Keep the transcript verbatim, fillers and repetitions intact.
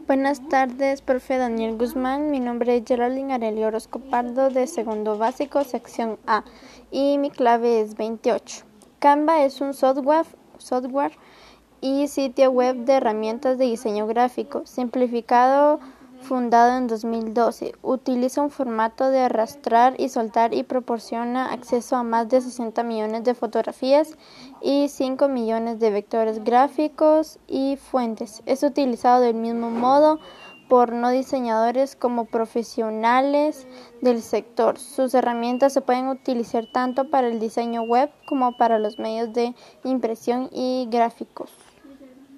Buenas tardes, profe Daniel Guzmán. Mi nombre es Geraldine Arely Orozco Pardo, de segundo básico, sección A, y mi clave es veintiocho. Canva es un software, software y sitio web de herramientas de diseño gráfico, simplificado, fundado en dos mil doce. Utiliza un formato de arrastrar y soltar y proporciona acceso a más de sesenta millones de fotografías y cinco millones de vectores gráficos y fuentes. Es utilizado del mismo modo por no diseñadores como profesionales del sector. Sus herramientas se pueden utilizar tanto para el diseño web como para los medios de impresión y gráficos.